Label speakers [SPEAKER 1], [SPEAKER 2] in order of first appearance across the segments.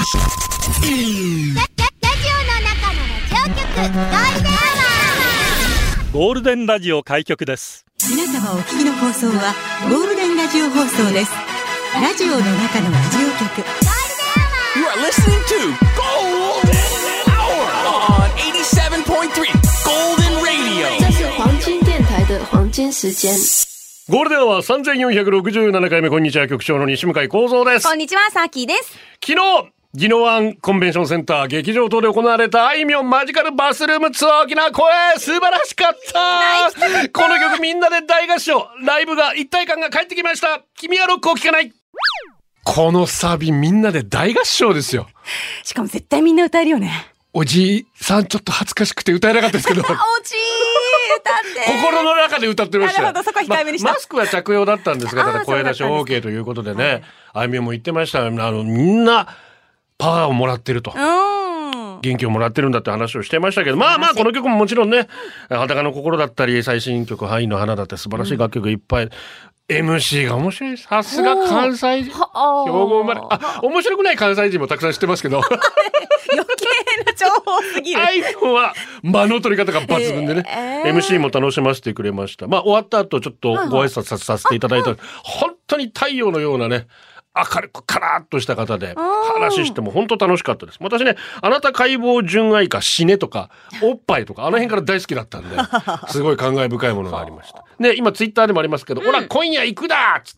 [SPEAKER 1] ゴールデンラジオ開局です。
[SPEAKER 2] 皆様お聞きの放送はゴールデンラジオ放送です。ラジオの中のラジオ局
[SPEAKER 3] You are listening to Golden Hour on 87.3 Golden Radio。
[SPEAKER 4] 这是黄金電台的黄金時間。
[SPEAKER 5] ゴールデンは3467回目。こんにちは、局長の西向井光三です。
[SPEAKER 6] こんにちは、さきです。
[SPEAKER 5] 昨日宜野湾コンベンションセンター劇場等で行われたあいみょんマジカルバスルームツアー。大きな声、素晴らしかったこの曲みんなで大合唱、ライブが一体感が帰ってきました。君はロックを聴かない。このサビみんなで大合唱ですよ。
[SPEAKER 6] しかも絶対みんな歌えるよね。
[SPEAKER 5] おじいさんちょっと恥ずかしくて歌えなかったですけど
[SPEAKER 6] おじい歌って
[SPEAKER 5] 心の中で歌ってましたよ。
[SPEAKER 6] なるほど、そこは控えめにした、
[SPEAKER 5] マスクは着用だったんですが、ただ声出し OK ということでね、あいみょんも言ってました。みんなパワーをもらってると、元気をもらってるんだって話をしてましたけど、まあこの曲ももちろんね、裸の心だったり最新曲愛の花だって素晴らしい楽曲いっぱい、MC が面白い。さすが関西人、兵庫生まれ。面白くない関西人もたくさん知ってますけど
[SPEAKER 6] 余計な情報すぎる。
[SPEAKER 5] あいみょんは間の取り方が抜群でね、MC も楽しませてくれました。終わった後ちょっとご挨拶させていただいた、本当に太陽のようなね、明るくカラッとした方で、話しても本当楽しかったです。私ね、あなた解剖純愛か死ねとかおっぱいとかあの辺から大好きだったんで、すごい感慨深いものがありました。で、今ツイッターでもありますけど、ほら今夜行くだっつって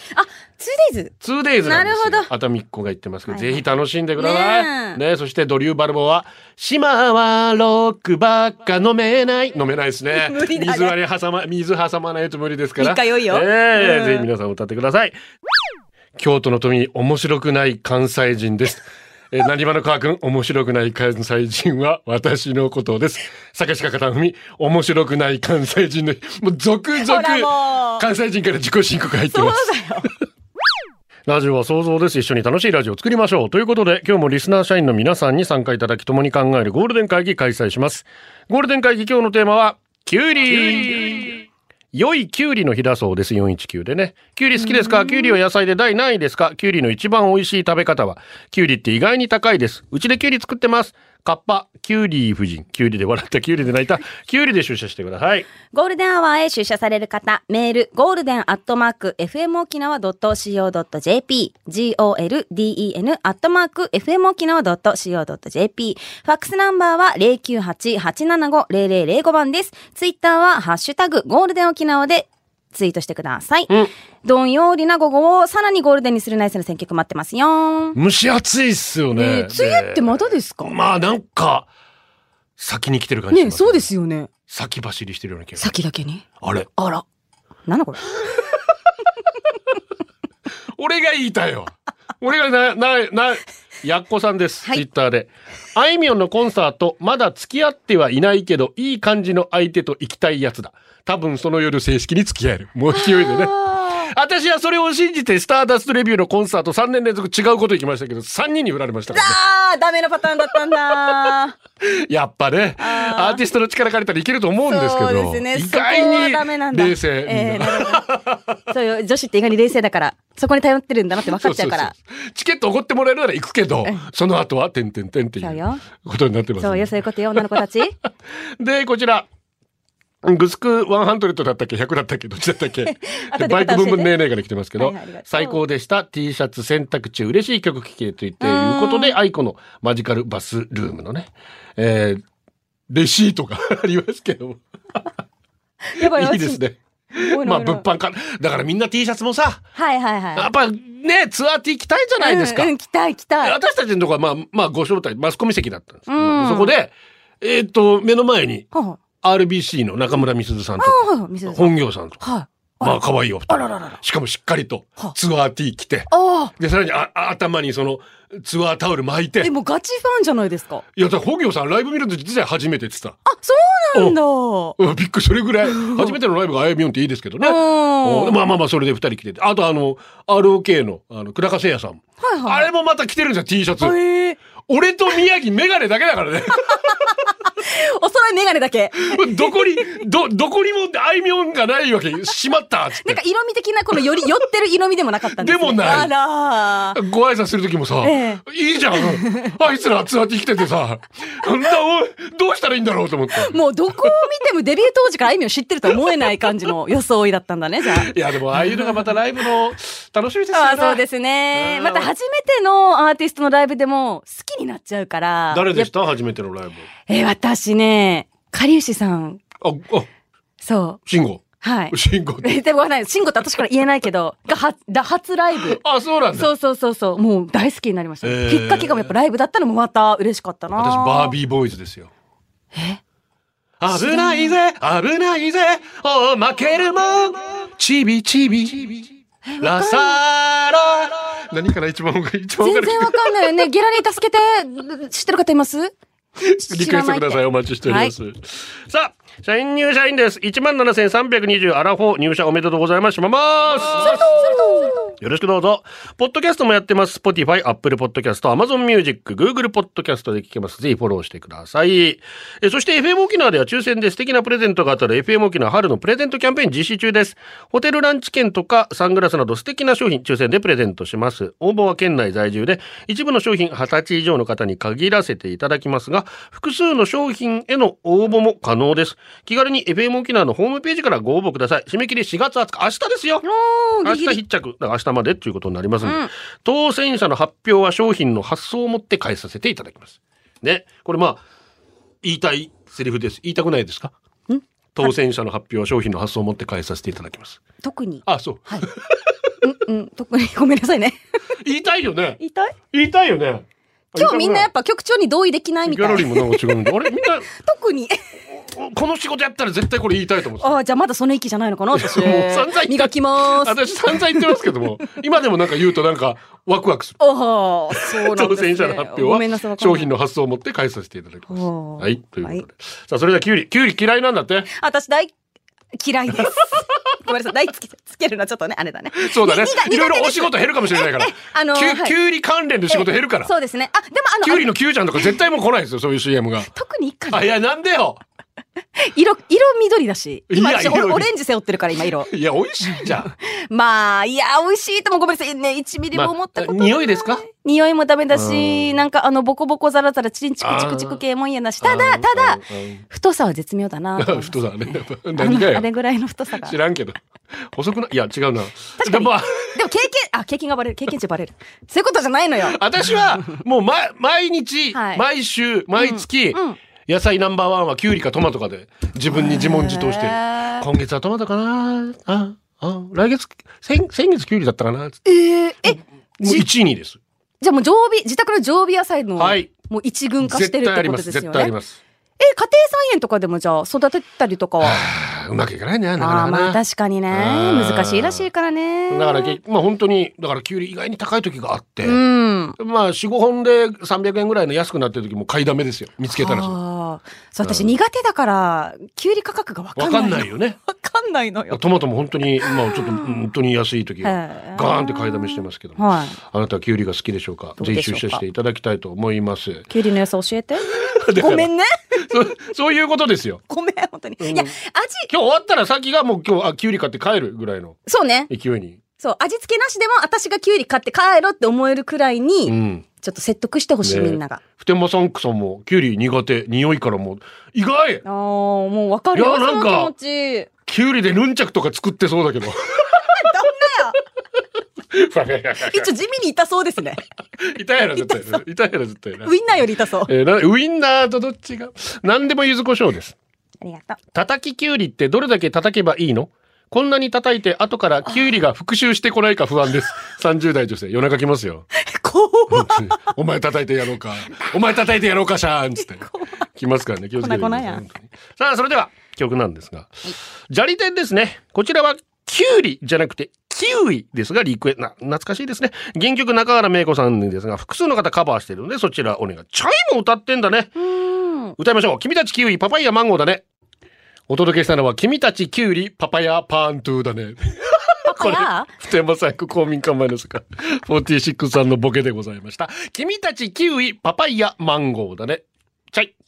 [SPEAKER 5] 、2days なんですよ。
[SPEAKER 6] なるほど。
[SPEAKER 5] 熱海っ子が言ってますけど、ぜひ楽しんでくださいね。そしてドリューバルボは島はロックばっか飲めないですね。
[SPEAKER 6] 無理だね。
[SPEAKER 5] 水挟まないと無理ですから。
[SPEAKER 6] 3日酔いよ。
[SPEAKER 5] ぜひ皆さん歌ってください。京都の富、面白くない関西人です。なにわの川くん、面白くない関西人は私のことです。坂下片文、面白くない関西人の、もう続々関西人から自己申告入ってます。
[SPEAKER 6] そうだよ。
[SPEAKER 5] ラジオは想像です。一緒に楽しいラジオを作りましょう。ということで、今日もリスナー社員の皆さんに参加いただき、共に考えるゴールデン会議開催します。ゴールデン会議、今日のテーマはキュウリ。良いキュウリの日だそうです。419でね。キュウリ好きですか？キュウリは野菜で第何位ですか？キュウリの一番美味しい食べ方は？キュウリって意外に高いです。うちでキュウリ作ってます。カッパ、キュウリ夫人。キュウリで笑った、キュウリで泣いた、キュウリで出社してください。
[SPEAKER 6] ゴールデンアワーへ出社される方、メール、golden@fmokinawa.co.jp、golden@fmokinawa.co.jp、ファックスナンバーは 098-875-0005 番です。ツイッターはハッシュタグゴールデン沖縄でツイートしてください。どんよりな午後をさらにゴールデンにするナイスな選曲待ってますよ。
[SPEAKER 5] 蒸し暑いっすよね。
[SPEAKER 6] 梅雨ってまだですか？
[SPEAKER 5] なんか先に来てる感じします
[SPEAKER 6] ね。そうですよね。
[SPEAKER 5] 先走りしてるような気が。
[SPEAKER 6] 先だけに。
[SPEAKER 5] あら。
[SPEAKER 6] なんだこれ。
[SPEAKER 5] 俺が言いたいよ。俺がやっこさんです。ツイッターで。あいみょんのコンサート、まだ付き合ってはいないけど、いい感じの相手と行きたいやつだ。多分その夜正式に付き合える。もう勢いでね。私はそれを信じてスターダストレビューのコンサート3年連続違うこと行きましたけど、3人に振られましたからね。
[SPEAKER 6] ダメなパターンだったんだ。
[SPEAKER 5] やっぱね、アーティストの力借りたらいけると思うんですけど、
[SPEAKER 6] そうですね、
[SPEAKER 5] 意外に冷静。
[SPEAKER 6] そうよ、女子って意外に冷静だから、そこに頼ってるんだなって分かっちゃうから。
[SPEAKER 5] そうチケットおごってもらえるなら行くけど、その後はてんてんてんっていうことになってます、ね。
[SPEAKER 6] そうよ、そういうことよ、女の子たち。
[SPEAKER 5] で、こちら。グスク100だったっけ100だったっけどっちだったっけバイクブンブンねーねーから来てますけど、最高でした。 T シャツ選択中嬉しい曲聴けということで、アイコのマジカルバスルームのね、レシートがありますけどもいいですね。物販かだからみんな T シャツもさ、やっぱねツアー T 着たいじゃないですか。
[SPEAKER 6] 着たい。
[SPEAKER 5] 私たちのとこはご招待マスコミ席だったんですけど、そこで目の前にRBC の中村美鈴さんと本業さんと可愛いお二人、しかもしっかりとツアー T 着て、でさらに頭にそのツアータオル巻いて。
[SPEAKER 6] でもガチファンじゃないですか。
[SPEAKER 5] いやだから本業さんライブ見るの自体初めてって言ってた。
[SPEAKER 6] そうなんだ。
[SPEAKER 5] びっくり。それぐらい初めてのライブがあやみょんっていいですけどね。それで2人来てて、あとROK の久高誠也さん、あれもまた着てるんですよ T シャツ。俺と宮城メガネだけだからね
[SPEAKER 6] お揃いメガネだけ。
[SPEAKER 5] どこにもあいみょんがないわけ。しまったっつって。
[SPEAKER 6] なんか色味的なこの寄ってる色味でもなかったんですね。
[SPEAKER 5] でもない。
[SPEAKER 6] あらー。
[SPEAKER 5] ご挨拶するときもさ、いいじゃん。あいつらツアーに来ててさ、どうしたらいいんだろうと思って。
[SPEAKER 6] もうどこを見てもデビュー当時からあいみょん知ってるとは思えない感じの装いだったんだね、じゃあ。
[SPEAKER 5] いやでもああいうのがまたライブの楽しみですよね。
[SPEAKER 6] あ、そうですね。また初めてのアーティストのライブでも好きになっちゃうから。
[SPEAKER 5] 誰でした初めてのライブ。
[SPEAKER 6] 私ね、かりゆしさん。そう。
[SPEAKER 5] 慎吾。
[SPEAKER 6] はい。
[SPEAKER 5] 慎吾。
[SPEAKER 6] でもない。慎吾って私から言えないけど、初ライブ。
[SPEAKER 5] あ、そうなんだ。
[SPEAKER 6] そう。もう大好きになりました。きっかけがやっぱライブだったのもまた嬉しかったな。
[SPEAKER 5] 私バービーボーイズですよ。危ないぜ、危ないぜ、負けるもん、ちびちび、ラサーラ。何かな一番分かる。
[SPEAKER 6] 全然わかんないよね。ゲラに助けて、知ってる方います？
[SPEAKER 5] リクエストください。お待ちしております。さあ、社員入社員です。17,320アラフォー入社おめでとうございます。しますよろしくどうぞ。ポッドキャストもやってます。Spotify、Apple Podcast、Amazon Music、Google Podcast で聞けます。ぜひフォローしてください。そして FM 沖縄では抽選で素敵なプレゼントが当たる FM 沖縄春のプレゼントキャンペーン実施中です。ホテルランチ券とかサングラスなど素敵な商品抽選でプレゼントします。応募は県内在住で一部の商品20歳以上の方に限らせていただきますが、複数の商品への応募も可能です。気軽に FM 沖縄のホームページからご応募ください。締め切り4月20日、明日ですよ。明日必着。だから明日までということになりますので、当選者の発表は商品の発送をもって返させていただきます。ね、これ言いたいセリフです。言いたくないですか？当選者の発表は商品の発送をもって返させていただきます。
[SPEAKER 6] 特に。
[SPEAKER 5] あ、そう。
[SPEAKER 6] はい。特にごめんなさいね。
[SPEAKER 5] 言いたいよね。
[SPEAKER 6] 言いたい
[SPEAKER 5] よね。
[SPEAKER 6] 今日みんなやっぱ局長に同意できないみたいな。
[SPEAKER 5] ギャラリーもなんか違うんで、あれみんな
[SPEAKER 6] 特に
[SPEAKER 5] この仕事やったら絶対これ言いたいと思って。
[SPEAKER 6] ああ、じゃあまだその域じゃないのかな私。
[SPEAKER 5] もう散々
[SPEAKER 6] 磨きます。
[SPEAKER 5] 私散々言ってますけども、今でもなんか言うとなんかワクワクする。
[SPEAKER 6] ああ、そうなんですね。
[SPEAKER 5] 当選者の発表は商品の発送を持って返させていただきます。はい、ということで。さあ、それではキュウリ嫌いなんだって。
[SPEAKER 6] 私嫌いです。ごめんなさい、つけるのはちょっとね、あれだね。
[SPEAKER 5] そうだね。いろいろお仕事減るかもしれないから。キュウリ関連の仕事減るから。
[SPEAKER 6] そうですね。あ、でも
[SPEAKER 5] キュウリのキュウちゃんとか絶対もう来ないですよ、そういう CM が。
[SPEAKER 6] 特にいいかな。
[SPEAKER 5] あ、いや、なんでよ。
[SPEAKER 6] 色緑だし。今私オレンジ背負ってるから今色。
[SPEAKER 5] いや、美味しいじゃん。
[SPEAKER 6] いや、美味しいともごめんなさいね、1ミリも思ったことない。
[SPEAKER 5] 匂いですか？
[SPEAKER 6] 匂いもダメだし、なんかボコボコザラザラチンチクチクチク系も嫌だし、ただ、太さは絶妙だな。
[SPEAKER 5] 太さね。何がよ。
[SPEAKER 6] あれぐらいの太さが。
[SPEAKER 5] 知らんけど。細くない？いや、違うな。
[SPEAKER 6] 確かに。でも経験がバレる。経験値バレる。そういうことじゃないのよ。
[SPEAKER 5] 私は、もう毎日、毎週、毎月、野菜ナンバーワンはキュウリかトマトかで自分に自問自答してる。今月はトマトかな、来月先月キュウリだったかな。もう1位にです。
[SPEAKER 6] じゃあもう自宅の常備野菜の、もう一軍化してるってことですよね。
[SPEAKER 5] 絶対あります。
[SPEAKER 6] 家庭菜園とかでもじゃあ育てたりとかは
[SPEAKER 5] うまくいかないね、なかなかね。
[SPEAKER 6] 確かにね、難しいらしいからね。
[SPEAKER 5] だから本当にだからキュウリ意外に高い時があって、4、5本で300円ぐらいの安くなってる時も買いだめですよ、見つけたら。
[SPEAKER 6] そう、私苦手だからキュウリ価格が分かんないよね。分かんないのよ。
[SPEAKER 5] トマトも本当にちょっと本当に安い時ガーンって買いだめしてますけども、あなたはキュウリが好きでしょうか？ぜひ出社していただきたいと思います。
[SPEAKER 6] キュウリの良さ教えて。ごめんね。
[SPEAKER 5] そういうことですよ。
[SPEAKER 6] ごめん、本当に。いや、
[SPEAKER 5] 今日終わったら先がもう今日キュウリ買って帰るぐらいの
[SPEAKER 6] そうね
[SPEAKER 5] 勢いに。
[SPEAKER 6] そう、味付けなしでも私がキュウリ買って帰ろって思えるくらいに、ちょっと説得してほしい、みんなが。
[SPEAKER 5] 普天間さんくさんもキュウリ苦手、匂いからも意外。
[SPEAKER 6] もう分かるよ。
[SPEAKER 5] いや、なんか
[SPEAKER 6] その気持ち。
[SPEAKER 5] キュウリでヌンチャクとか作ってそうだけど。どん
[SPEAKER 6] なよ。一応地味に痛そうですね。
[SPEAKER 5] 痛いやろ絶対。痛いやろ絶対。
[SPEAKER 6] ウインナーより痛そう。
[SPEAKER 5] ウインナーとどっちが？何でも柚子胡椒です。
[SPEAKER 6] ありがとう。
[SPEAKER 5] 叩きキュウリってどれだけ叩けばいいの？こんなに叩いて後からキュウリが復習してこないか不安です。30代女性、夜中来ますよ。お前叩いてやろうか。お前叩いてやろうかしゃーんつって。来ますからね。気をつけてください。さあ、それでは曲なんですが、砂利店ですね。こちらはキュウリじゃなくてキウイですがリクエ懐かしいですね。原曲中原芽子さんですが複数の方カバーしているのでそちらお願い。チャイも歌ってんだね。歌いましょう。君たちキウイパパイヤマンゴーだね。お届けしたのは君たちキュウリパパヤパーントゥーだね。これ普天間産区公民館前ですが46さんのボケでございました。君たちキウイパパイヤマンゴーだね。チャイ。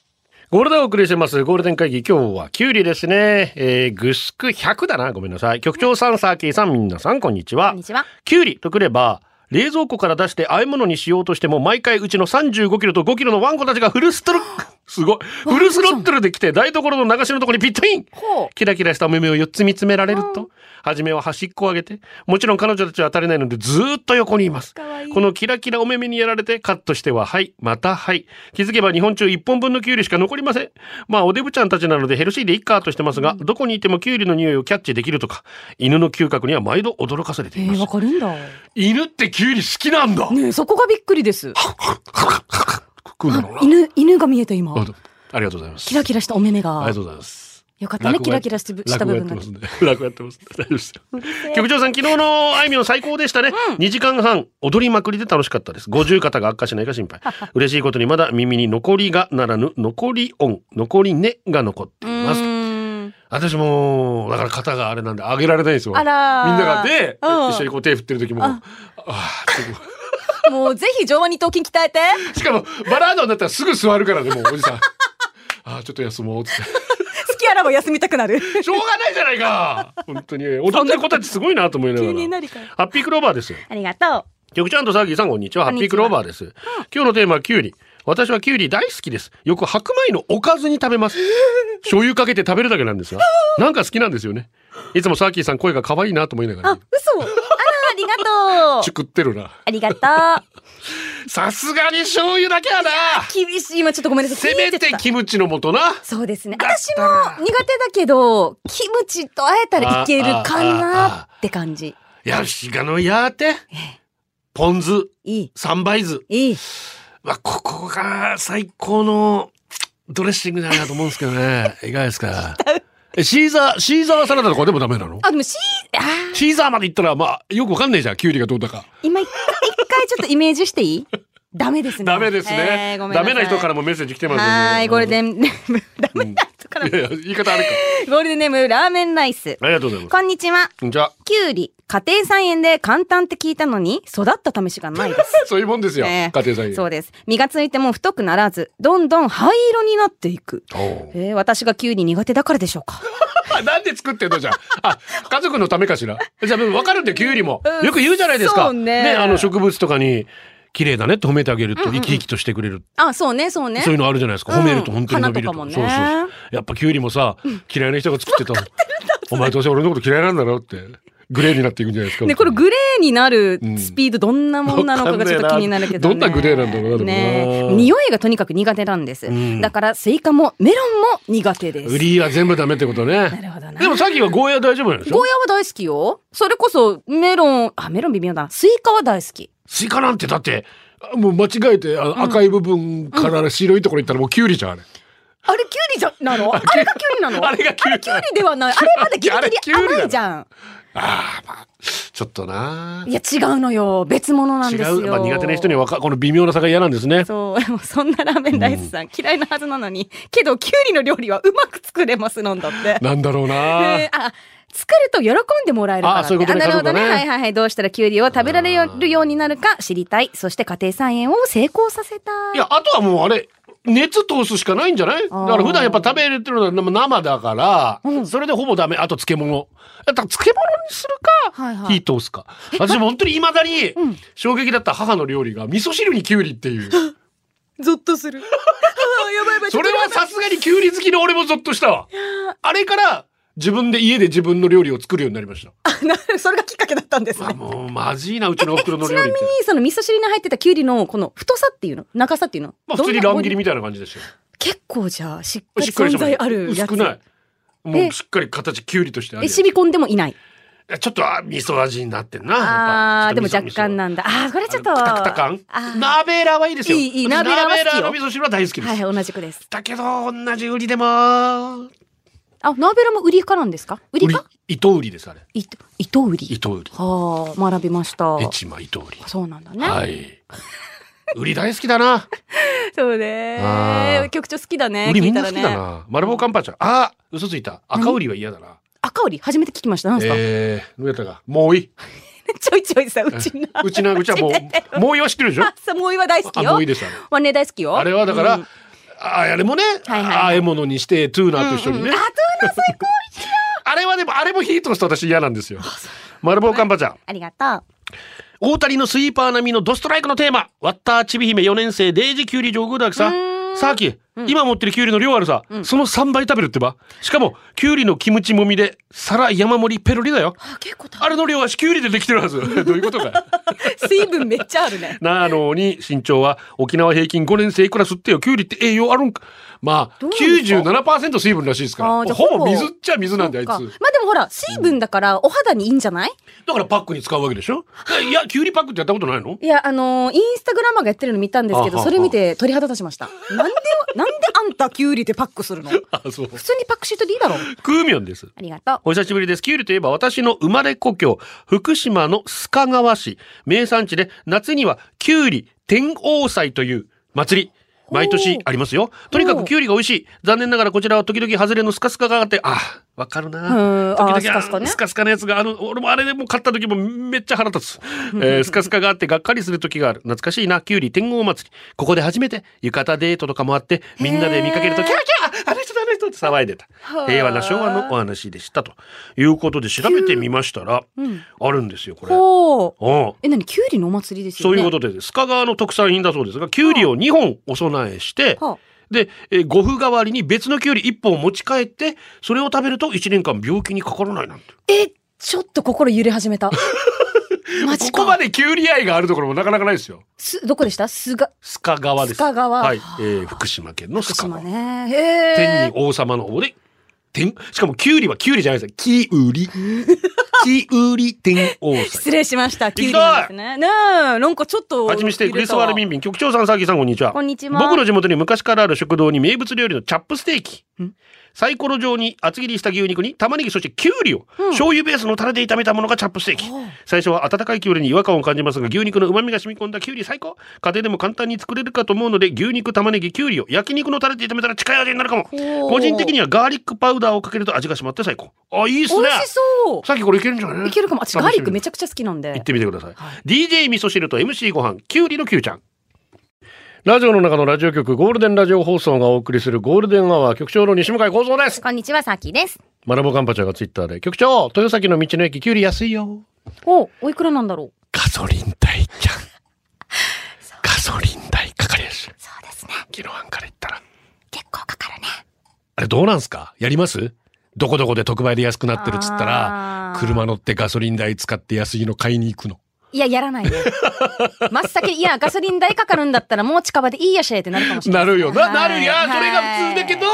[SPEAKER 5] ゴールデンお送りしてます。ゴールデン会議、今日はキュウリですね。グスク100だな。ごめんなさい。局長さん、サーキーさん、みんなさん、こんにちは。
[SPEAKER 6] こんにちは。
[SPEAKER 5] キュウリとくれば、冷蔵庫から出して和え物にしようとしても、毎回うちの35キロと5キロのワンコたちがフルストロすごい。フルスロットルで来て、台所の流しのところにピットイン。キラキラしたお目目を4つ見つめられると、初めは端っこを上げて、もちろん彼女たちは当たれないのでずーっと横にいます。このキラキラお目目にやられて、カットしてははい、またはい。気づけば日本中1本分のキュウリしか残りません。まあおデブちゃんたちなのでヘルシーでいっかとしてますが、どこにいてもキュウリの匂いをキャッチできるとか、犬の嗅覚には毎度驚かされています。
[SPEAKER 6] わかるんだ。
[SPEAKER 5] 犬ってキュウリ好きなんだ。
[SPEAKER 6] ねえ、そこがびっくりです。
[SPEAKER 5] 食うんだろうな。
[SPEAKER 6] 犬が見えた今。
[SPEAKER 5] ありがとうございます。
[SPEAKER 6] キラキラしたお目目が。
[SPEAKER 5] ありがとうございます。
[SPEAKER 6] よかったね、キラキラした部分が。
[SPEAKER 5] 楽やってます。大丈夫ですよ。局長さん、昨日のあいみょん最高でしたね。2時間半、踊りまくりで楽しかったです。50肩が悪化しないか心配。嬉しいことにまだ耳に残りがならぬ、残り音、残りねが残っています。私も、だから肩があれなんで上げられないんですよ。みんながで、一緒にこう手振ってる時も、
[SPEAKER 6] もうぜひ上腕二頭筋鍛えて。
[SPEAKER 5] しかも、バラードになったらすぐ座るからね、もうおじさん。ちょっと休もう、つって。
[SPEAKER 6] 好きあらば休みたくなる。
[SPEAKER 5] しょうがないじゃないか。本当に踊ってる子たちすごいなと思いながら。ハッピークローバーです。
[SPEAKER 6] ありがと
[SPEAKER 5] う。局長とサーギーさん、こんにちは。ハッピークローバーです。今日のテーマはキュウリ。私はキュウリ大好きです。よく白米のおかずに食べます。醤油かけて食べるだけなんですが、なんか好きなんですよね。いつもサーキーさん声が可愛いなと思いながら。
[SPEAKER 6] 嘘。ありがとう。
[SPEAKER 5] チュクってるな。
[SPEAKER 6] ありがとう。
[SPEAKER 5] さすがに醤油だけはな。
[SPEAKER 6] 厳しい。今ちょっとごめんなさい。
[SPEAKER 5] せめてキムチの素な。
[SPEAKER 6] そうですね。私も苦手だけど、キムチとあえたらいけるかなって感じ。
[SPEAKER 5] やしがのやーて。ポン酢。
[SPEAKER 6] いい。
[SPEAKER 5] 三杯酢。
[SPEAKER 6] いい。
[SPEAKER 5] ここが最高のドレッシングだなと思うんですけどね。いかがですか。シーザーサラダとかでもダメなの？
[SPEAKER 6] でもシ
[SPEAKER 5] ーザーまで行ったらよくわかんないじゃん。キュウリがどうだか。
[SPEAKER 6] 今一回ちょっとイメージしていい？ダメですね。
[SPEAKER 5] ダメですね。ダメな人からもメッセージ来てますね。
[SPEAKER 6] はい、ゴールデンネームダメな人から。
[SPEAKER 5] 言い方あれか。
[SPEAKER 6] ゴールデンネームラーメンライス。
[SPEAKER 5] ありがとうございます。
[SPEAKER 6] こんにちは。
[SPEAKER 5] こんにちは。
[SPEAKER 6] キュウリ家庭菜園で簡単って聞いたのに育った試しがないです。
[SPEAKER 5] そういうもんですよ。家庭菜園。
[SPEAKER 6] そうです。実がついても太くならず、どんどん灰色になっていく。私がキュウリ苦手だからでしょうか。
[SPEAKER 5] なんで作ってんのじゃん。家族のためかしら。じゃあ分かるんでキュウリもよく言うじゃないですか。ね、植物とかに綺麗だねって褒めてあげると生き生きとしてくれる。
[SPEAKER 6] そうね。そう
[SPEAKER 5] いうのあるじゃないですか。褒めると本当に伸びると。
[SPEAKER 6] そう。
[SPEAKER 5] やっぱキュウリもさ、嫌いな人が作ってた。お前どうせ俺のこと嫌いなんだろうって。グレーになっていくんじゃないですか。
[SPEAKER 6] ね、これグレーになるスピードどんなもんなのかがちょっと気になるけどね。
[SPEAKER 5] どんなグレーなんだろうな。
[SPEAKER 6] ね、匂いがとにかく苦手なんです。だからスイカもメロンも苦手です。
[SPEAKER 5] ウリは全部ダメってことね。
[SPEAKER 6] なるほどな。
[SPEAKER 5] でもさっきはゴーヤ大丈夫なんでしょ？
[SPEAKER 6] ゴーヤは大好きよ。それこそメロン微妙だ。スイカは大好き。
[SPEAKER 5] スイカなんてだってもう間違えて赤い部分から白いところ行ったらもうキュウリじゃん。
[SPEAKER 6] あれキュウリじゃなの？あれがキュウリなの？
[SPEAKER 5] あれがキュウリ
[SPEAKER 6] ではない。あれまだギリギリ甘いじゃん。
[SPEAKER 5] ちょっとな。
[SPEAKER 6] いや違うのよ。別物なんですよ。
[SPEAKER 5] 苦手な人にはこの微妙な差が嫌なんですね。
[SPEAKER 6] そんなラーメンライスさん、嫌いなはずなのに、けどキュウリの料理はうまく作れますなんだって。
[SPEAKER 5] なんだろうな。
[SPEAKER 6] 作ると喜んでもらえるからって。
[SPEAKER 5] そういうことね。
[SPEAKER 6] なるほどね。はい。どうしたらキュウリを食べられるようになるか知りたい。そして家庭菜園を成功させたい。
[SPEAKER 5] いや、あとはもうあれ。熱通すしかないんじゃない？だから普段やっぱ食べれてるのは生だから、それでほぼダメ。あと漬物。だから漬物にするか、火通すか。私も本当に未だに衝撃だった母の料理が味噌汁にキュウリっていう。
[SPEAKER 6] ゾッとする。やばい。
[SPEAKER 5] それはさすがにキュウリ好きの俺もゾッとしたわ。あれから家で自分の料理を作るようになりました。
[SPEAKER 6] それがきっかけだったんですね。
[SPEAKER 5] もうまずいなうちのお袋の料理って。
[SPEAKER 6] ちなみにその味噌汁に入ってたキュウリのこの太さっていうの、長さっていうの。
[SPEAKER 5] 普通に乱切りみたいな感じですよ。
[SPEAKER 6] 結構じゃあしっかり存在あるやつ。
[SPEAKER 5] 薄くない。もうしっかり形キュウリとしてある。
[SPEAKER 6] 染み込んでもいない。
[SPEAKER 5] ちょっと味噌味になってんな。
[SPEAKER 6] でも若干なんだ。これちょっと。
[SPEAKER 5] クタクタ感。鍋ラはいいですよ。
[SPEAKER 6] いい鍋ラは好きよ。
[SPEAKER 5] 鍋ラの味噌汁は大好きです。
[SPEAKER 6] はい、同じくです。
[SPEAKER 5] だけど同じ売りでも。
[SPEAKER 6] 鍋ラも売りかなんですか？売りか？
[SPEAKER 5] 糸売りですあれ。
[SPEAKER 6] 糸売り。学びました。
[SPEAKER 5] 越前糸売り。
[SPEAKER 6] そうなんだね。
[SPEAKER 5] はい。売り大好きだな。
[SPEAKER 6] そうね。局長好きだね。
[SPEAKER 5] 売りみんな好きだな。マルボカンパチャ。嘘ついた。赤売りは嫌だな。
[SPEAKER 6] 赤売り初めて聞きました。なんですか？
[SPEAKER 5] どうやったか。もういい。
[SPEAKER 6] ちょいちょいさ、うちは
[SPEAKER 5] もういいは知ってるでしょ？
[SPEAKER 6] もういいは大好きよ。
[SPEAKER 5] もういいですあれ。
[SPEAKER 6] ね大好きよ。
[SPEAKER 5] あれはだからあれもね、あえ物にしてトゥーナーと一緒にね、
[SPEAKER 6] トゥーナー最高。
[SPEAKER 5] あれはでもあれもヒートして私嫌なんですよ。マルボウカンパちゃん、
[SPEAKER 6] ありがとう。
[SPEAKER 5] 大谷のスイーパー並みのドストライクのテーマ、ワッターちび姫4年生デイジキュウリ上空だけさ、さあき、今持ってるキュウリの量あるさ、その3倍食べるってば。しかもキュウリのキムチもみで皿山盛りペロリだよ。
[SPEAKER 6] 結構
[SPEAKER 5] あれの量はキュウリでできてるはず。どういうことか。
[SPEAKER 6] 水分めっちゃあるね。
[SPEAKER 5] なのに身長は沖縄平均5年生クラスってよ。キュウリって栄養あるんか。まあ 97% 水分らしいですから。ほぼ水っちゃ水なんだあいつ。まあで
[SPEAKER 6] もほら水分だからお肌にいいんじゃない？
[SPEAKER 5] だからパックに使うわけでしょ。いやキュウリパックってやったことないの？
[SPEAKER 6] いやインスタグラマーがやってるの見たんですけど、それ見て鳥肌立ちました。なんであんたキュウリでパックするの？
[SPEAKER 5] そう
[SPEAKER 6] 普通にパックシートでいいだろ。
[SPEAKER 5] クーミョンです。
[SPEAKER 6] ありがとう。
[SPEAKER 5] お久しぶりです。キュウリといえば私の生まれ故郷福島の須賀川市、名産地で夏にはキュウリ天王祭という祭り毎年ありますよ。とにかくキュウリが美味しい。残念ながらこちらは時々ハズレのスカスカがあって、わかるな。時々スカスカのやつが俺もあれでも買った時もめっちゃ腹立つ。スカスカがあってがっかりする時がある。懐かしいな。キュウリ天王祭り。ここで初めて浴衣デートとかもあって、みんなで見かけるとキャーキャーあの人って騒いでた。平和な昭和のお話でしたということで調べてみましたら、あるんですよこれ。
[SPEAKER 6] 何キュウリのお祭りですよね。
[SPEAKER 5] そういうことで須賀川の特産品だそうですが、キュウリを2本お供えして、で、ご麩代わりに別のキュウリ1本持ち帰ってそれを食べると1年間病気にかからないなんて。
[SPEAKER 6] ちょっと心揺れ始めた。マジか。
[SPEAKER 5] ここまでキュウリ愛があるところもなかなかないですよ。
[SPEAKER 6] どこでした？須賀川です。須賀川。
[SPEAKER 5] はい、福島県の須賀川。
[SPEAKER 6] 福島ね。
[SPEAKER 5] 天に王様の王でしかもキュウリはキュウリじゃないですよ。キウリ天王祭。
[SPEAKER 6] 失礼しました。キュウリなんですね。ねえ、なんかちょっと。
[SPEAKER 5] はじめしてグリスワルビンビン局長さん、サーキーさん、こんにちは。
[SPEAKER 6] こんにちは。
[SPEAKER 5] 僕の地元に昔からある食堂に名物料理のチャップステーキ。サイコロ状に厚切りした牛肉に玉ねぎそしてキュウリを醤油ベースのタレで炒めたものがチャップステーキ。最初は温かいキュウリに違和感を感じますが、牛肉の旨味が染み込んだキュウリ最高。家庭でも簡単に作れるかと思うので、牛肉玉ねぎキュウリを焼肉のタレで炒めたら近い味になるかも。個人的にはガーリックパウダーをかけると味が締まって最高。いいっすね。
[SPEAKER 6] 美味しそう。
[SPEAKER 5] さっきこれいけるんじゃない？
[SPEAKER 6] いけるかも。私ガーリックめちゃくちゃ好きなんで。
[SPEAKER 5] 行ってみてください。DJ 味噌汁と MC ご飯キュウリのキュウちゃん。ラジオの中のラジオ局ゴールデンラジオ放送がお送りするゴールデンアワー、局長の西向井光三です。
[SPEAKER 6] こんにちは、さきです。
[SPEAKER 5] マラボカンパチャがツイッターで、局長豊崎の道の駅キュウリ安いよ。
[SPEAKER 6] おいくらなんだろう。
[SPEAKER 5] ガソリン代じゃん。ガソリン代かかりやすい。
[SPEAKER 6] そうですね。
[SPEAKER 5] キロ半から言ったら
[SPEAKER 6] 結構かかるね。
[SPEAKER 5] あれどうなんすか？やります？どこどこで特売で安くなってるっつったら車乗ってガソリン代使って安いの買いに行くの？い
[SPEAKER 6] や、やらないね。真っ先、いや、ガソリン代かかるんだったらもう近場でいいやしってなるかもしれない。
[SPEAKER 5] なるよな、なるや、それが普通だけど、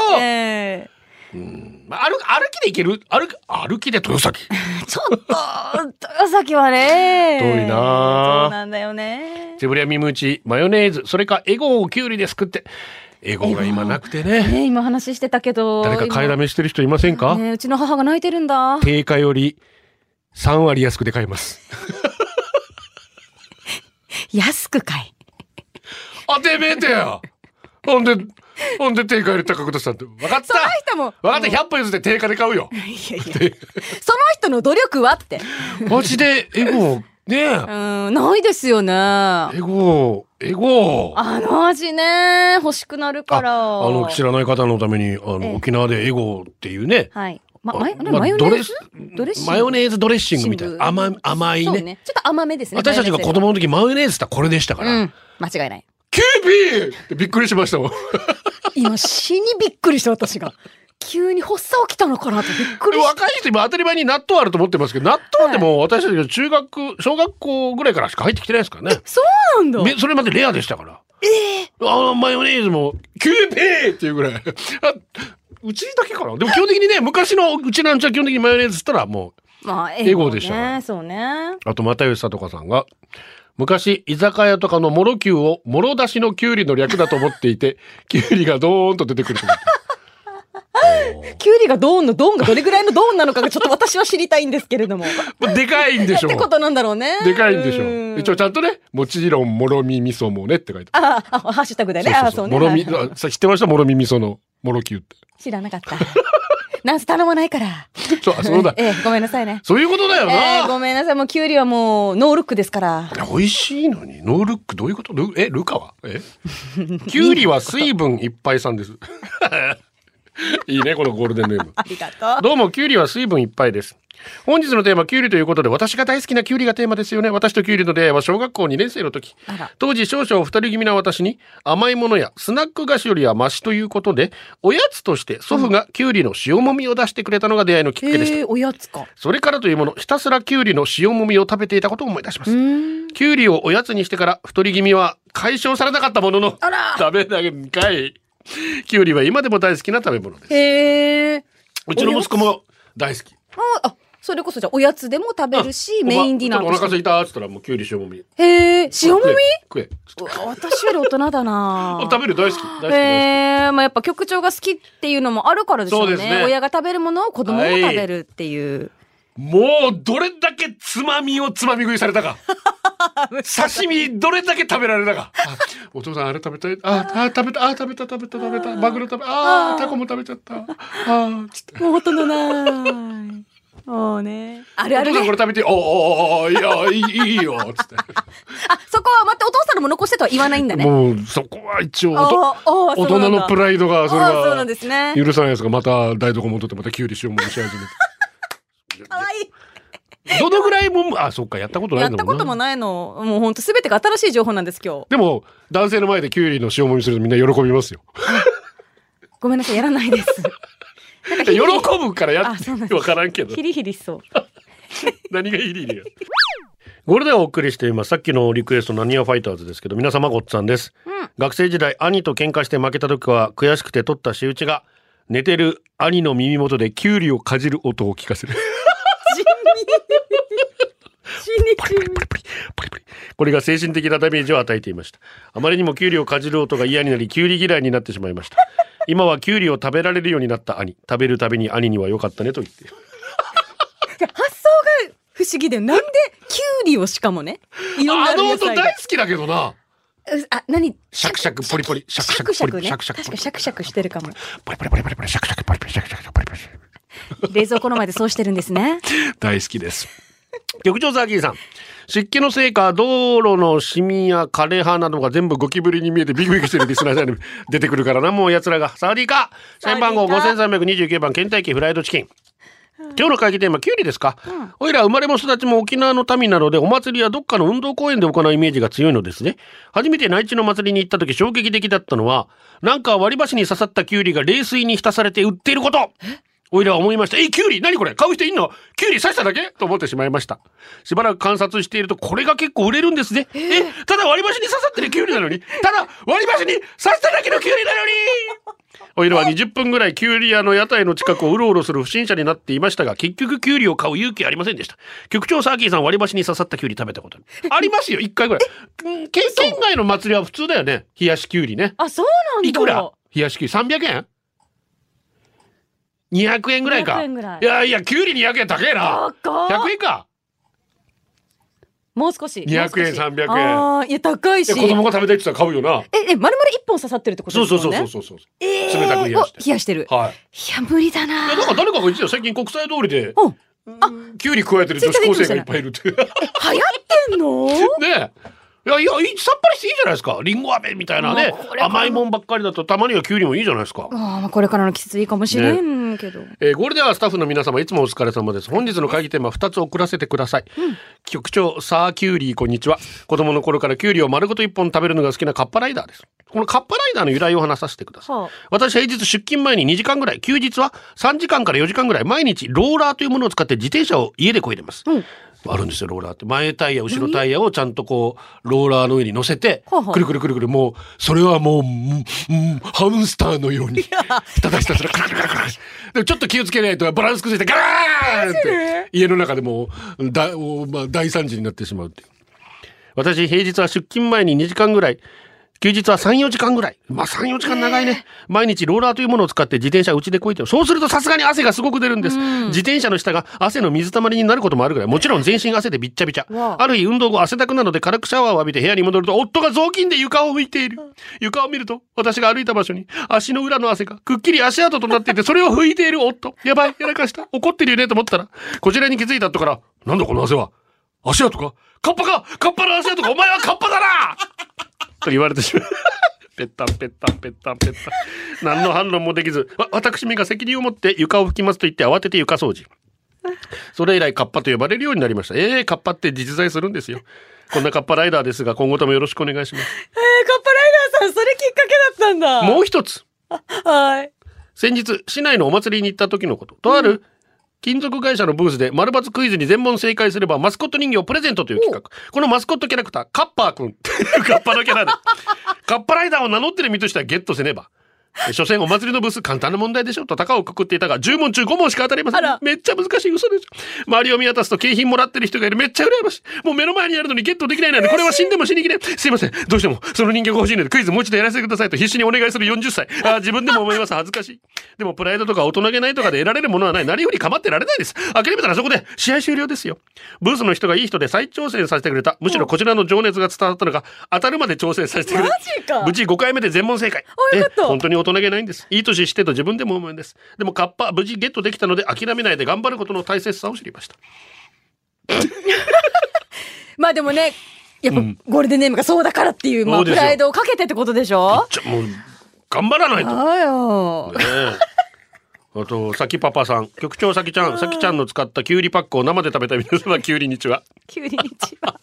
[SPEAKER 5] 歩きで行ける？歩きで豊崎。
[SPEAKER 6] ちょっと、豊崎はね。
[SPEAKER 5] 遠いな。
[SPEAKER 6] そうなんだよね。
[SPEAKER 5] セブリアミムーチ、マヨネーズ、それかエゴをキュウリですくって。エゴが今なくてね。
[SPEAKER 6] 今話してたけど。
[SPEAKER 5] 誰か買いだめしてる人いませんか？
[SPEAKER 6] うちの母が泣いてるんだ。
[SPEAKER 5] 定価より3割安くで買います。
[SPEAKER 6] 安く買い。
[SPEAKER 5] てめえてよ。ほんで定価より高く出したって。分かった。
[SPEAKER 6] その人も。
[SPEAKER 5] 分かった。100歩譲って定価で買うよ。
[SPEAKER 6] いやその人の努力はって。
[SPEAKER 5] マジでエゴね。
[SPEAKER 6] ないですよね。
[SPEAKER 5] エゴ。
[SPEAKER 6] あの味ね、欲しくなるから。
[SPEAKER 5] 知らない方のために沖縄でエゴっていうね。
[SPEAKER 6] はい。マヨネーズ
[SPEAKER 5] ドレッシングみたいな甘いね。
[SPEAKER 6] ちょっと甘めですね。
[SPEAKER 5] 私たちが子供の時マヨネーズってこれでしたから。
[SPEAKER 6] 間違いない。
[SPEAKER 5] キュービーってびっくりしましたもん。
[SPEAKER 6] 今死にびっくりした私が。急に発作起きたのかなってびっくりした。
[SPEAKER 5] 若い人今当たり前に納豆あると思ってますけど、納豆でも私たちが小学校ぐらいからしか入ってきてないですからね。
[SPEAKER 6] そうなんだ。
[SPEAKER 5] それまでレアでしたから。マヨネーズもキュービーっていうぐらい。うちだけかな。でも基本的にね、昔のうちなんちゃ基本的にマヨネーズっつったらもうエゴでしたから。
[SPEAKER 6] そうね。
[SPEAKER 5] あと又吉さとかさんが昔居酒屋とかのもろきゅうをもろ出しのきゅうりの略だと思っていて、きゅうりがドーンと出てくると思って。
[SPEAKER 6] キュウリがドーンのドーンがどれぐらいのドーンなのかがちょっと私は知りたいんですけれども。
[SPEAKER 5] でかいんでしょう。
[SPEAKER 6] ってことなんだろうね。
[SPEAKER 5] でかいんでしょう。一応ちゃんとね、もちろんもろみ味噌もねって書いてある。
[SPEAKER 6] ハッシュタグでね。そうね。
[SPEAKER 5] もろみ、知ってました？もろみ味噌のもろきゅうって。
[SPEAKER 6] 知らなかった。 ナス頼まないから。
[SPEAKER 5] そうだ。
[SPEAKER 6] ごめんなさいね。
[SPEAKER 5] そういうことだよな。
[SPEAKER 6] ごめんなさい。もうキュウリはもうノールックですから。
[SPEAKER 5] 美味しいのにノールックどういうこと？ルカは？キュウリは水分いっぱいさんです。いいねこのゴールデンネーム。
[SPEAKER 6] ありがとう。
[SPEAKER 5] どうもキュウリは水分いっぱいです。本日のテーマキュウリということで、私が大好きなキュウリがテーマですよね。私とキュウリの出会いは小学校2年生の時。当時少々二人気味な私に甘いものやスナック菓子よりはマシということで、おやつとして祖父がキュウリの塩もみを出してくれたのが出会いのきっかけでした。
[SPEAKER 6] おやつか。
[SPEAKER 5] それからというもの、ひたすらキュウリの塩もみを食べていたことを思い出します。キュウリをおやつにしてから太り気味は解消されなかったものの、食べなきゃい。キュウリは今でも大好きな食べ物です。うちの息子も大好き。
[SPEAKER 6] それこそじゃあおやつでも食べるし、メインディナー
[SPEAKER 5] お腹空いたっつったらもうキュウリ塩もみ。
[SPEAKER 6] 塩もみ？
[SPEAKER 5] 食え。
[SPEAKER 6] 私より大人だな。
[SPEAKER 5] 食べる大好き。
[SPEAKER 6] まあやっぱ局長が好きっていうのもあるからでしょうね。そうですね。親が食べるものを子供も食べるっていう。
[SPEAKER 5] もうどれだけつまみをつまみ食いされたか。刺身どれだけ食べられたか。お父さんあれ食べたい。食べた。マグロ食べ。タコも食べちゃった。つって。
[SPEAKER 6] もう大人ない。ね。あるあるね。
[SPEAKER 5] お父さんこれ食べて、いや、いいよ、つって。
[SPEAKER 6] そこは待って、お父さんのも残してとは言わないんだね。
[SPEAKER 5] もう、そこは一応、大人のプライドが、それが、許さないやつがまた台所戻ってまたキュウリ塩もみし始めて。
[SPEAKER 6] かわいい。
[SPEAKER 5] どのぐらいも、そっか、やったことないんだもんな。
[SPEAKER 6] やったこともないの。もう本当すべてが新しい情報なんです、今日。
[SPEAKER 5] でも、男性の前でキュウリの塩もみするとみんな喜びますよ。ご
[SPEAKER 6] めんなさい、やらないです。
[SPEAKER 5] 喜ぶからやってわからんけど。
[SPEAKER 6] ヒリヒリしそう。
[SPEAKER 5] 何がヒリヒリや。ゴールデンをお送りしています。さっきのリクエストなにわファイターズですけど、皆様ごっつぁんです。学生時代、兄と喧嘩して負けた時は悔しくて取った仕打ちが、寝てる兄の耳元でキュウリをかじる音を聞かせる。これが精神的なダメージを与えていました。あまりにもキュウリをかじる音が嫌になり、キュウリ嫌いになってしまいました。今はキュウリを食べられるようになった兄。食べるたびに兄には良かったねと言って。
[SPEAKER 6] 発想が不思議で、なんでキュウリをしかもね。
[SPEAKER 5] 音大好きだけどな。
[SPEAKER 6] 何？
[SPEAKER 5] シャクシャクポリポリ、シャクシャクポリポリ、シャクシャク。
[SPEAKER 6] 確かシャクシャクしてるかも。
[SPEAKER 5] ポリポリポリポリポリ、シャクシャクポリポリ、シャクシャクポリポリ。
[SPEAKER 6] 冷蔵庫の前でそうしてるんですね。
[SPEAKER 5] 大好きです。局長ザーキーさん、湿気のせいか道路のシミや枯葉などが全部ゴキブリに見えてビクビクしてるリスナーさんに出てくるからな、もう奴らが。サワディーカー、社員番号5329番ケンタッキーフライドチキン。今日の会議テーマキュウリですか。おいら生まれも育ちも沖縄の民なので、お祭りはどっかの運動公園で行うイメージが強いのですね。初めて内地の祭りに行った時衝撃的だったのは、なんか割り箸に刺さったキュウリが冷水に浸されて売っていること。おいらは思いました。キュウリ何これ買う人いんの？キュウリ刺しただけと思ってしまいました。しばらく観察していると、これが結構売れるんですね。ただ割り箸に刺さってるキュウリなのに、ただ割り箸に刺しただけのキュウリなのに。おいらは20分ぐらいキュウリ屋の屋台の近くをうろうろする不審者になっていましたが、結局キュウリを買う勇気ありませんでした。局長サーキーさん、割り箸に刺さったキュウリ食べたことありますよ、1回ぐらい。県外の祭りは普通だよね。冷やしキュウリね。
[SPEAKER 6] そうなんだ。
[SPEAKER 5] いくら冷やしキュウリ？300円？200円ぐらいか。いや、キュウリ200円高えな。100円か。
[SPEAKER 6] もう少し。
[SPEAKER 5] 200円、300円。
[SPEAKER 6] いや、高いし。
[SPEAKER 5] 子供が食べたいって言ったら買うよな。
[SPEAKER 6] 丸々1本刺さってるってことですよね。
[SPEAKER 5] そう。冷たく冷やして。
[SPEAKER 6] 冷やしてる。
[SPEAKER 5] はい。
[SPEAKER 6] いや、無理だな。
[SPEAKER 5] なんか誰かが言ってたよ、最近国際通りで。キュウリ加えてる女子高生がいっぱいいるって。流行
[SPEAKER 6] ってんの？
[SPEAKER 5] ねえ。いや、さっぱりしていいじゃないですか。リンゴ飴みたいなね。甘いもんばっかりだとたまにはキュウリもいいじゃないですか。
[SPEAKER 6] これからの季節いいかもしれんけど。
[SPEAKER 5] ゴールデンはスタッフの皆様いつもお疲れ様です。本日の会議テーマ2つ送らせてください。局長、さあキュウリこんにちは。子供の頃からキュウリを丸ごと1本食べるのが好きなカッパライダーです。このカッパライダーの由来を話させてください。私平日出勤前に2時間ぐらい、休日は3時間から4時間ぐらい毎日ローラーというものを使って自転車を家で漕いでます。あるんですよ、ローラーって。前タイヤ、後ろタイヤをちゃんとこう、ローラーの上に乗せて、くるくるくるくる、もう、それはもう、ハムスターのように、ひたすらカラカラカラカラ。でちょっと気をつけないとバランス崩してガラーンって、家の中でも大惨事になってしまうっていう。私、平日は出勤前に2時間ぐらい、 休日は 3,4 時間ぐらい。まあ 3,4 時間長いね。毎日ローラーというものを使って自転車うちでこいてる。そうするとさすがに汗がすごく出るんです。自転車の下が汗の水たまりになることもあるぐらい。もちろん全身汗でびっちゃびちゃ。ある日運動後汗だくなので軽くシャワーを浴びて部屋に戻ると夫が雑巾で床を拭いている。床を見ると私が歩いた場所に足の裏の汗がくっきり足跡となっていて、それを拭いている夫。やばい、やらかした。怒ってるよねと思ったら、こちらに気づいた後から、なんだこの汗は。足跡かカッパかカッパの足跡かお前はカッパだなと言われてしまう。ペッタンペッタンペッタンペッタン。何の反論もできず、私めが責任を持って床を拭きますと言って慌てて床掃除。それ以来カッパと呼ばれるようになりました。カッパって実在するんですよ。こんなカッパライダーですが、今後ともよろしくお願いします。
[SPEAKER 6] カッパライダーさん、それきっかけだったんだ。
[SPEAKER 5] もう一つ。
[SPEAKER 6] はい。
[SPEAKER 5] 先日、市内のお祭りに行った時のこと。とある金属会社のブースで丸抜クイズに全問正解すればマスコット人形をプレゼントという企画。このマスコットキャラクター、カッパーくんっていうカッパのキャラで、カッパライダーを名乗ってる身としてはゲットせねば。所詮お祭りのブース簡単な問題でしょと高をくくっていたが、10問中5問しか当たりません。めっちゃ難しい、嘘でしょ。周りを見渡すと景品もらってる人がいる。めっちゃ羨ましい。もう目の前にあるのにゲットできないなんて、これは死んでも死にきれん。すいません、どうしてもその人形が欲しいのでクイズもう一度やらせてくださいと必死にお願いする40歳。自分でも思います。恥ずかしい。でもプライドとか大人げないとかで得られるものはない。なりふり構ってられないです。諦めたらそこで試合終了ですよ。ブースの人がいい人で再挑戦させてくれた。むしろこちらの情熱が伝わったのが、当たるまで挑戦させてくれた。
[SPEAKER 6] マジか。
[SPEAKER 5] 無事5回目で全問正解。本当に大人げないんです。いい年してと自分でも思うんです。でもカッパ無事ゲットできたので、諦めないで頑張ることの大切さを知りました。
[SPEAKER 6] まあでもね、やっぱゴールデンネームがそうだからっていう、まあプライドをかけてってことでしょ。
[SPEAKER 5] もう頑張らないと。
[SPEAKER 6] あよ。
[SPEAKER 5] あと、さきパパさん、局長さきちゃん、さきちゃんの使ったキュウリパックを生で食べた皆様、キュウリにちは。
[SPEAKER 6] キュウリにちは。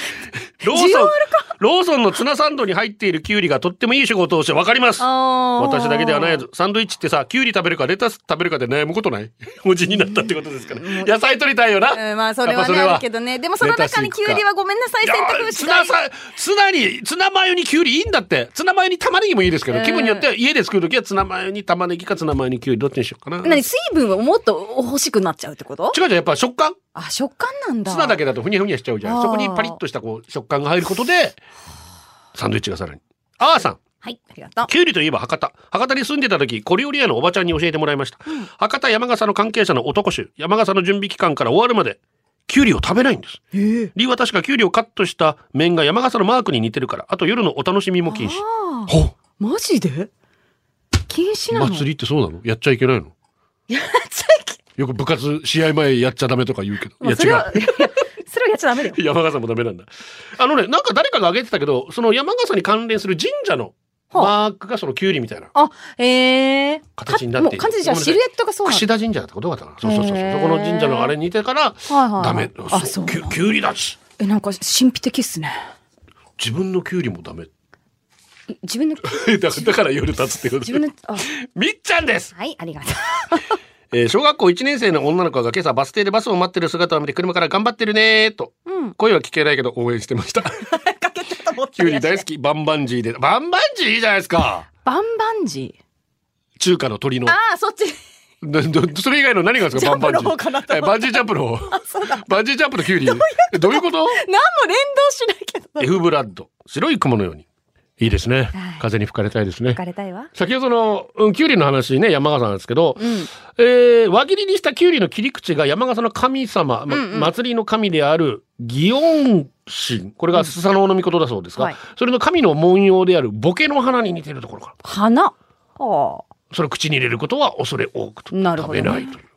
[SPEAKER 5] ローソンのツナサンドに入っているキュウリがとってもいい仕事をして分かります。私だけではないず。サンドイッチってさ、キュウリ食べるかレタス食べるかで悩むことない。おじになったってことですから。野菜取りたいよな。
[SPEAKER 6] まあそれはね、あるけどね。でもその中にキュウリはごめんなさい、選択肢が。
[SPEAKER 5] ツナマヨにキュウリいいんだって。ツナマヨに玉ねぎもいいですけど、気分によっては家で作るときはツナマヨに玉ねぎかツナマヨにキュウリどっちにしようかな。
[SPEAKER 6] 何、水分はもっと欲しくなっちゃうってこと？
[SPEAKER 5] 違うじゃん、やっぱ食感。
[SPEAKER 6] 食感なんだ。
[SPEAKER 5] ツナだけだとふにゃふにゃしちゃうじゃん。そこにパリッとしたこう食感が入ることでサンドイッチがさらに。さん。
[SPEAKER 6] はい、ありがとう。
[SPEAKER 5] キュウリといえば博多に住んでた時、小料理屋のおばちゃんに教えてもらいました。博多山笠の関係者の男衆、山笠の準備期間から終わるまでキュウリを食べないんです。理由は確かキュウリをカットした面が山笠のマークに似てるから。あと夜のお楽しみも禁止。
[SPEAKER 6] マジで？禁止なの？
[SPEAKER 5] 祭りってそうなの？やっちゃいけないの？
[SPEAKER 6] やっちゃいけ
[SPEAKER 5] よく部活試合前やっちゃダメとか言うけど、いや違う。
[SPEAKER 6] それはやっちゃダメだよ。
[SPEAKER 5] 山笠もダメなんだ。なんか誰かが挙げてたけど、その山笠に関連する神社のマークがそのキュウリみたいな形になっている。
[SPEAKER 6] 完全にじゃあシルエットがそうなの。
[SPEAKER 5] 櫛田神社だったことがあったかな。そうそこの神社のあれに似てからダメ。キュウリだし。
[SPEAKER 6] なんか神秘的っすね。
[SPEAKER 5] 自分のキュウリもダメ。
[SPEAKER 6] 自分の
[SPEAKER 5] だから夜立つってこと。みっちゃんです。
[SPEAKER 6] はい、ありがと
[SPEAKER 5] う。小学校1年生の女の子が今朝バス停でバスを待ってる姿を見て車から頑張ってるねと、声は聞けないけど応援してました。キュウリ大好き。バンバンジーで。バンバンジーいいじゃないですか。
[SPEAKER 6] バンバンジー、
[SPEAKER 5] 中華の鳥の。
[SPEAKER 6] そっち。
[SPEAKER 5] それ以外の何がですか？バンバンジー。バンジージャンプの。バンジージャンプのキュウリ。どういうこと？
[SPEAKER 6] 何も連動しないけど。
[SPEAKER 5] F ブラッド。白い雲のように。いいですね。風に吹かれたいですね。
[SPEAKER 6] 吹かれたいわ。
[SPEAKER 5] 先ほどのキュウリの話ね、山笠なんですけど、輪切りにしたキュウリの切り口が山笠の神様、祭りの神である祇園神、これがスサノオノミコトだそうですが、それの神の文様であるボケの花に似ているところから。
[SPEAKER 6] 花。
[SPEAKER 5] それを口に入れることは恐れ多くと食べないという。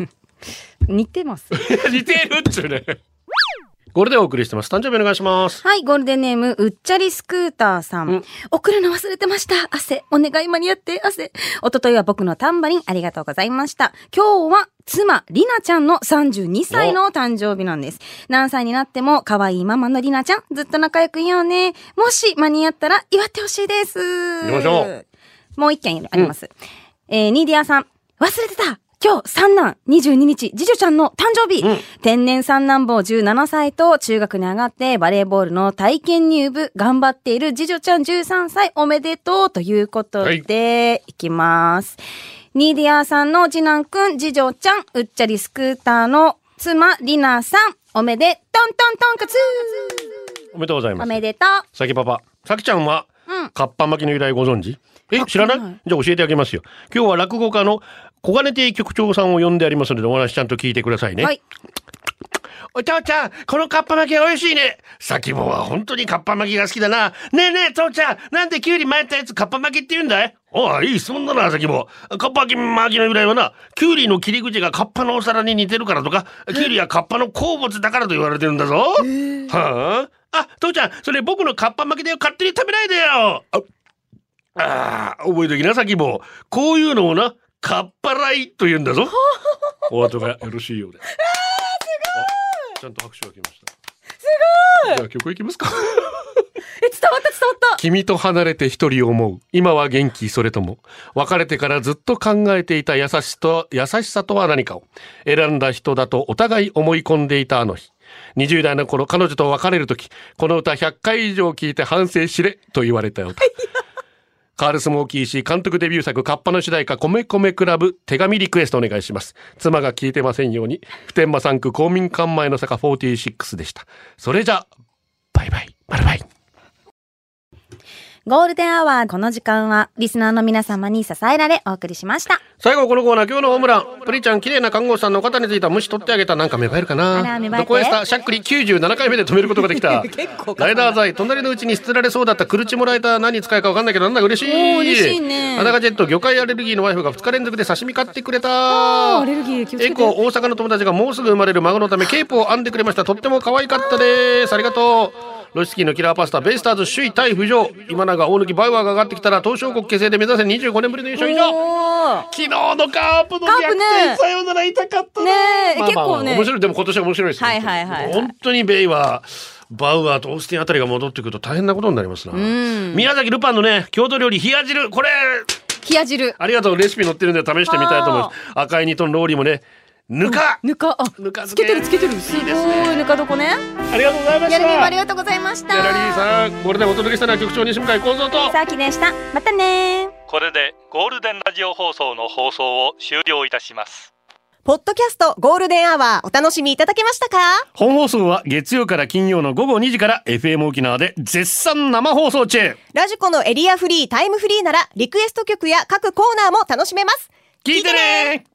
[SPEAKER 6] 似てます。
[SPEAKER 5] 似てるっつうね。ゴールデンお送りしてます。誕生日お願いします。
[SPEAKER 6] はい、ゴールデンネームうっちゃりスクーターさん。送るの忘れてました。汗。お願い間に合って。汗。一昨日は僕のタンバリンありがとうございました。今日は妻りなちゃんの32歳の誕生日なんです。何歳になっても可愛いママのりなちゃん、ずっと仲良くいようね。もし間に合ったら祝ってほしいです。
[SPEAKER 5] 行きましょう。
[SPEAKER 6] もう一件あります。ニーディアさん、忘れてた。今日、三男、22日、次女ちゃんの誕生日。天然三男坊17歳と中学に上がってバレーボールの体験入部頑張っている次女ちゃん13歳おめでとうということで、いきます。ニーディアさんの次男くん、次女ちゃん、うっちゃりスクーターの妻、りなさん、おめでとんとんとんかつ
[SPEAKER 5] おめでとうございます。
[SPEAKER 6] おめでとう。
[SPEAKER 5] さきパパ。さきちゃんはかっぱ巻きの由来ご存知？知らない？じゃあ教えてあげますよ。今日は落語家の小金亭局長さんを呼んでありますので、お話ちゃんと聞いてくださいね。はい。お父ちゃん、このかっぱ巻きは美味しいね。さきぼは本当にかっぱ巻きが好きだな。ねえねえ父ちゃん、なんできゅうり巻いたやつかっぱ巻きって言うんだい？おいい質問だな、さきぼ。かっぱ巻きの由来はな、きゅうりの切り口がかっぱのお皿に似てるからとか、きゅうりはかっぱの好物だからと言われてるんだぞ。はあ、父ちゃん、それ僕のかっぱ巻きだよ。勝手に食べないでよ。覚えときな、さきぼ。こういうのをな、かっぱらいと言うんだぞ。お後がよろしいようで。ちゃんと拍手が来ました。すごい。じゃあ曲いきますか。
[SPEAKER 6] 伝わった
[SPEAKER 5] 君と離れて一人思う、今は元気、それとも別れてからずっと考えていた優しさとは何かを選んだ人だとお互い思い込んでいたあの日、20代の頃彼女と別れる時、この歌100回以上聞いて反省しれと言われた歌。カールスモーキー氏監督デビュー作カッパの主題歌米米クラブ手紙リクエストお願いします。妻が聞いてませんように。普天間産区公民館前の坂46でした。それじゃバイバイバイバイ。
[SPEAKER 6] ゴールデンアワー、この時間はリスナーの皆様に支えられお送りしました。
[SPEAKER 5] 最後このコーナー、今日のホームラン。プリちゃん、綺麗な看護師さんの肩についた虫取ってあげた。なんか芽生えるかな。どこへしたしゃっくり97回目で止めることができた。ライダー剤、隣のうちに捨てられそうだったクルチもらえた。何使いか分かんないけどなんだ嬉しい。
[SPEAKER 6] 嬉しいね。
[SPEAKER 5] アナガジェット、魚介アレルギーのワイフが2日連続で刺身買ってくれた。
[SPEAKER 6] アレルギー気をつけて。
[SPEAKER 5] エコ大阪の友達がもうすぐ生まれる孫のためケープを編んでくれました。とっても可愛かったです。ありがとう。ロシスキーのキラーパスタ、ベイスターズ首位タイ浮上。今永大貫バウアーが上がってきたら東証国結成で目指せ25年ぶりの優勝以上。昨日のカープの逆転サヨナラ痛かったね。
[SPEAKER 6] 結構ね、
[SPEAKER 5] 面白い。でも今年は面白いですよ。本当にベイはバウアーとオースティンあたりが戻ってくると大変なことになりますな。宮崎ルパンのね、郷土料理冷や汁、これ
[SPEAKER 6] 冷や汁
[SPEAKER 5] ありがとう。レシピ載ってるんで試してみたいと思います。赤いニトンローリーもね、ぬか
[SPEAKER 6] つけてるすごい。ぬか床ね。
[SPEAKER 5] ありがとうございました。
[SPEAKER 6] ギャルミもありがとうございました。
[SPEAKER 5] ギャラリーさん、これでお届けしたのは局長西向井光三と
[SPEAKER 6] さあきでした。またね。
[SPEAKER 1] これでゴールデンラジオ放送の放送を終了いたします。
[SPEAKER 7] ポッドキャストゴールデンアワーお楽しみいただけましたか？
[SPEAKER 5] 本放送は月曜から金曜の午後2時から FM 沖縄で絶賛生放送中。
[SPEAKER 7] ラジコのエリアフリータイムフリーならリクエスト曲や各コーナーも楽しめます。
[SPEAKER 5] 聞いてね。